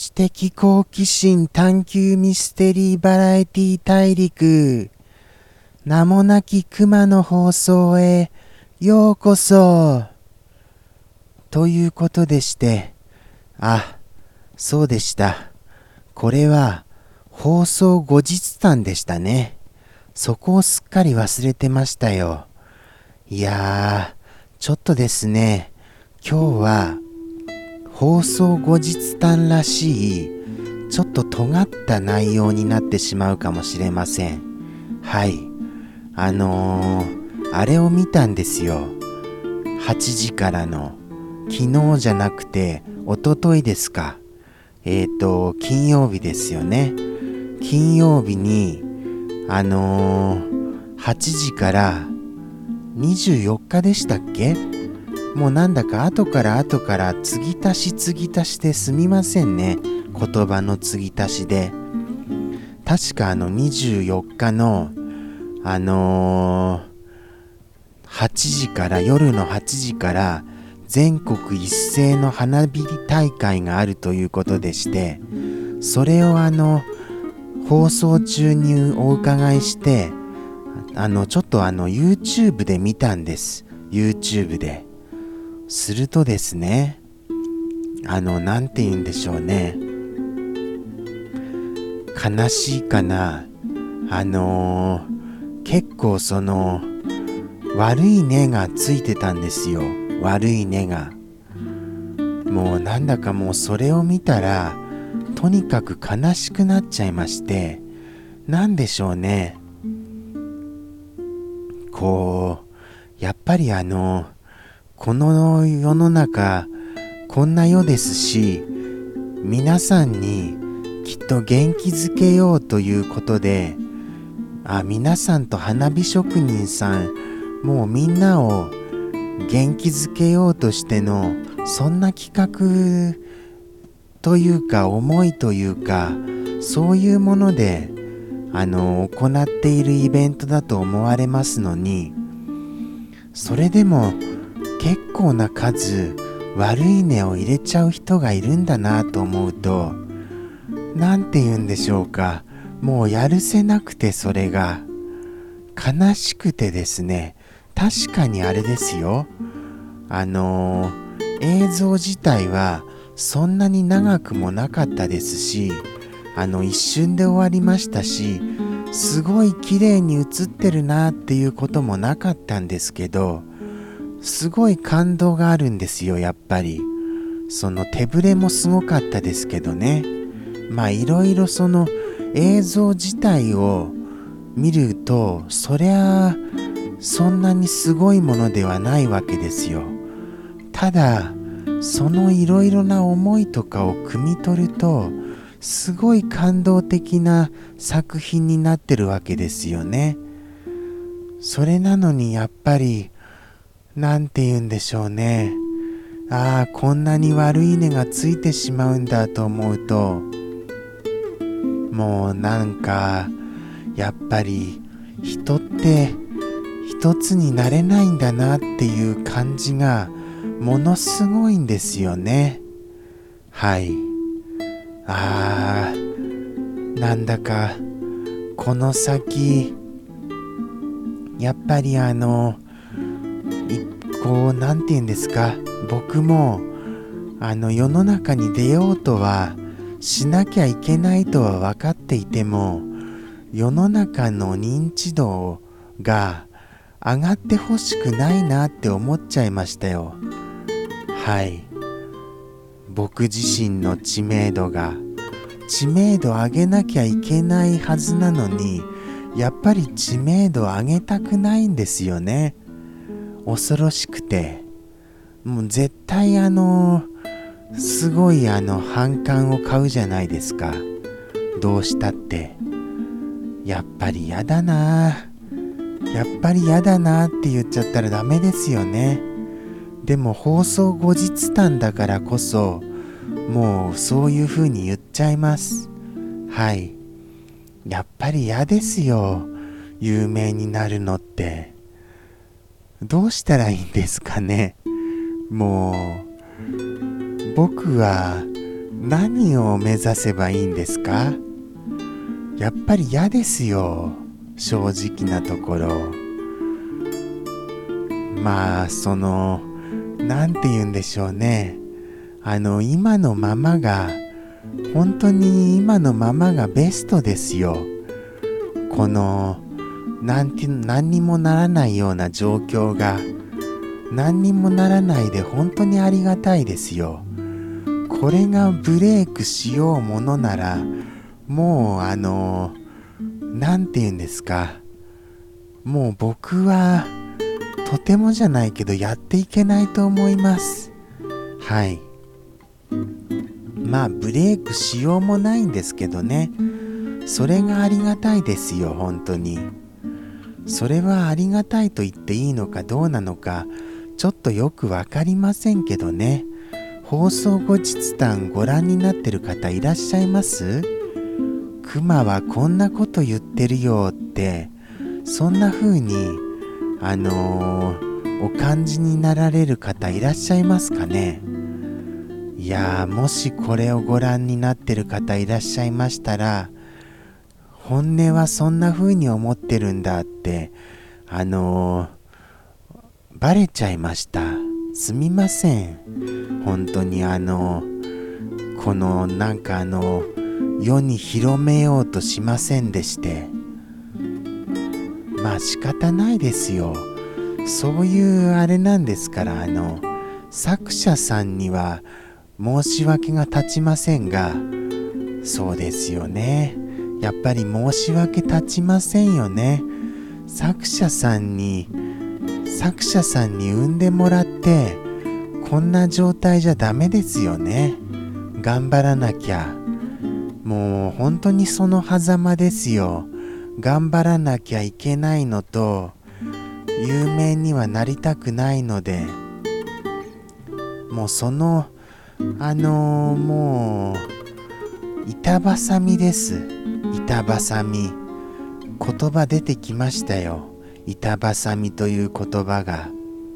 知的好奇心探求ミステリーバラエティ大陸、名もなき熊の放送へようこそ。ということでして、そうでした。これは放送後日談でしたね。そこをすっかり忘れてましたよ。いやちょっとですね、今日は放送後日談らしいちょっと尖った内容になってしまうかもしれません。はい、あれを見たんですよ。8時からの、昨日じゃなくて一昨日ですか。金曜日ですよね。金曜日に8時から24日でしたっけ。もうなんだか後から継ぎ足しですみませんね。言葉の継ぎ足しで。確か24日の8時から夜の8時から全国一斉の花火大会があるということでして、それを放送中にお伺いして、ちょっとYouTube で見たんです。YouTube で。するとですね、なんて言うんでしょうね。悲しいかな。結構悪い根がついてたんですよ。悪い根が。もうなんだかもうそれを見たら、とにかく悲しくなっちゃいまして、なんでしょうね。やっぱりこの世の中、こんな世ですし、皆さんにきっと元気づけようということで、皆さんと花火職人さん、もうみんなを元気づけようとしての、そんな企画というか思いというか、そういうもので行っているイベントだと思われますのに、それでも結構な数悪い根を入れちゃう人がいるんだなと思うと、なんて言うんでしょうか、もうやるせなくて、それが悲しくてですね。確かにあれですよ、映像自体はそんなに長くもなかったですし、一瞬で終わりましたし、すごい綺麗に映ってるなっていうこともなかったんですけど、すごい感動があるんですよ。やっぱりその手ぶれもすごかったですけどね。いろいろその映像自体を見ると、そりゃそんなにすごいものではないわけですよ。ただそのいろいろな思いとかを汲み取ると、すごい感動的な作品になってるわけですよね。それなのにやっぱり、なんて言うんでしょうね。こんなに悪い根がついてしまうんだと思うと、もうなんかやっぱり人って一つになれないんだなっていう感じがものすごいんですよね。はい。なんだかこの先、やっぱりなんて言うんですか、僕も世の中に出ようとはしなきゃいけないとは分かっていても、世の中の認知度が上がってほしくないなって思っちゃいましたよ。はい。僕自身の知名度上げなきゃいけないはずなのに、やっぱり知名度上げたくないんですよね。恐ろしくて、もう絶対すごい反感を買うじゃないですか。どうしたって。やっぱりやだなって言っちゃったらダメですよね。でも放送後日談だからこそ、もうそういう風に言っちゃいます。はい。やっぱり嫌ですよ、有名になるのって。どうしたらいいんですかね。もう僕は何を目指せばいいんですか？やっぱり嫌ですよ、正直なところ。まあなんて言うんでしょうね。今のままが本当に今のままがベストですよ。この何にもならないような状況が何にもならないで本当にありがたいですよ。これがブレイクしようものならもうなんて言うんですか、もう僕はとてもじゃないけどやっていけないと思います。はい。まあブレイクしようもないんですけどね、それがありがたいですよ。本当にそれはありがたいと言っていいのかどうなのかちょっとよくわかりませんけどね。放送後日談ご覧になってる方いらっしゃいます？クマはこんなこと言ってるよって、そんな風にお感じになられる方いらっしゃいますかね。いやー、もしこれをご覧になってる方いらっしゃいましたら、本音はそんな風に思ってるんだってバレちゃいました。すみません。本当にこのなんか世に広めようとしませんでして。まあ仕方ないですよ。そういうあれなんですから、作者さんには申し訳が立ちませんが、そうですよね。やっぱり申し訳立ちませんよね。作者さんに産んでもらってこんな状態じゃダメですよね。頑張らなきゃ。もう本当にその狭間ですよ。頑張らなきゃいけないのと、有名にはなりたくないので、もうもう板挟みです。板挟み。言葉出てきましたよ。板挟みという言葉が。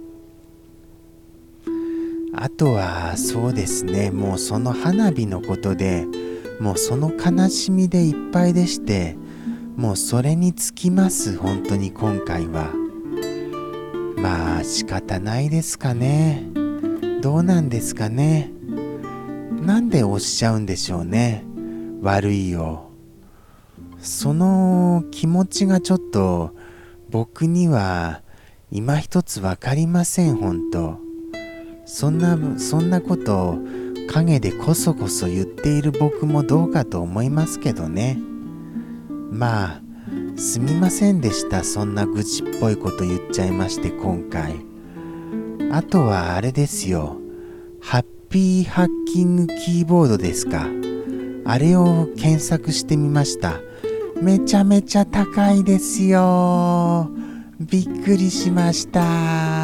あとはそうですね、もうその花火のことでもうその悲しみでいっぱいでして、もうそれにつきます。本当に今回はまあ仕方ないですかね。どうなんですかね。なんでおっしゃうんでしょうね、悪いよ。その気持ちがちょっと僕には今一つわかりません。本当そんなことを陰でこそこそ言っている僕もどうかと思いますけどね。まあすみませんでした。そんな愚痴っぽいこと言っちゃいまして今回。あとはあれですよ、ハッピーハッキングキーボードですか。あれを検索してみました。めちゃめちゃ高いですよ。びっくりしました。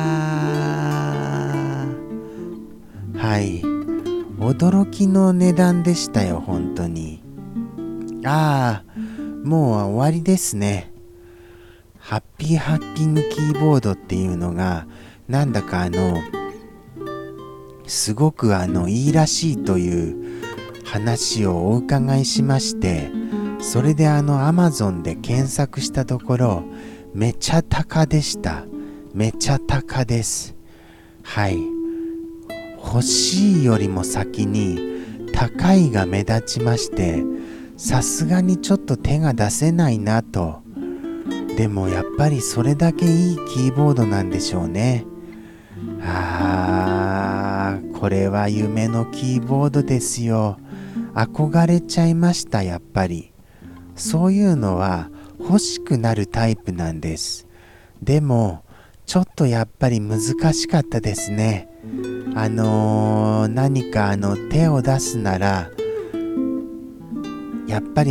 はい、驚きの値段でしたよ本当に。ああ、もう終わりですね。ハッピーハッキングキーボードっていうのがなんだかすごくいいらしいという話をお伺いしまして、それでAmazon で検索したところめちゃ高でした。めちゃ高です。はい、欲しいよりも先に高いが目立ちまして、さすがにちょっと手が出せないなと。でもやっぱりそれだけいいキーボードなんでしょうね。これは夢のキーボードですよ。憧れちゃいました。やっぱりそういうのは欲しくなるタイプなんです。でもちょっとやっぱり難しかったですね。何か手を出すならやっぱり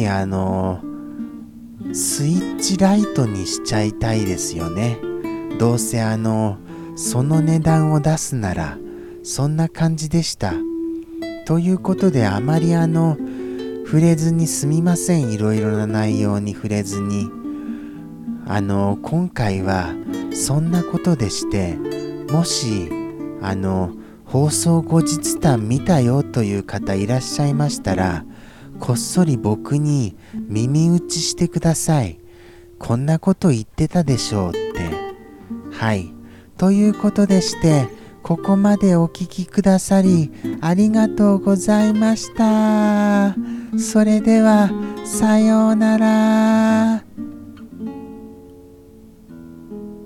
スイッチライトにしちゃいたいですよね。どうせその値段を出すならそんな感じでした。ということであまり触れずにすみません。いろいろな内容に触れずに今回はそんなことでして、もし放送後日談見たよという方いらっしゃいましたら、こっそり僕に耳打ちしてください。こんなこと言ってたでしょうって。はい。ということでして、ここまでお聞きくださりありがとうございました。それでは、さようなら。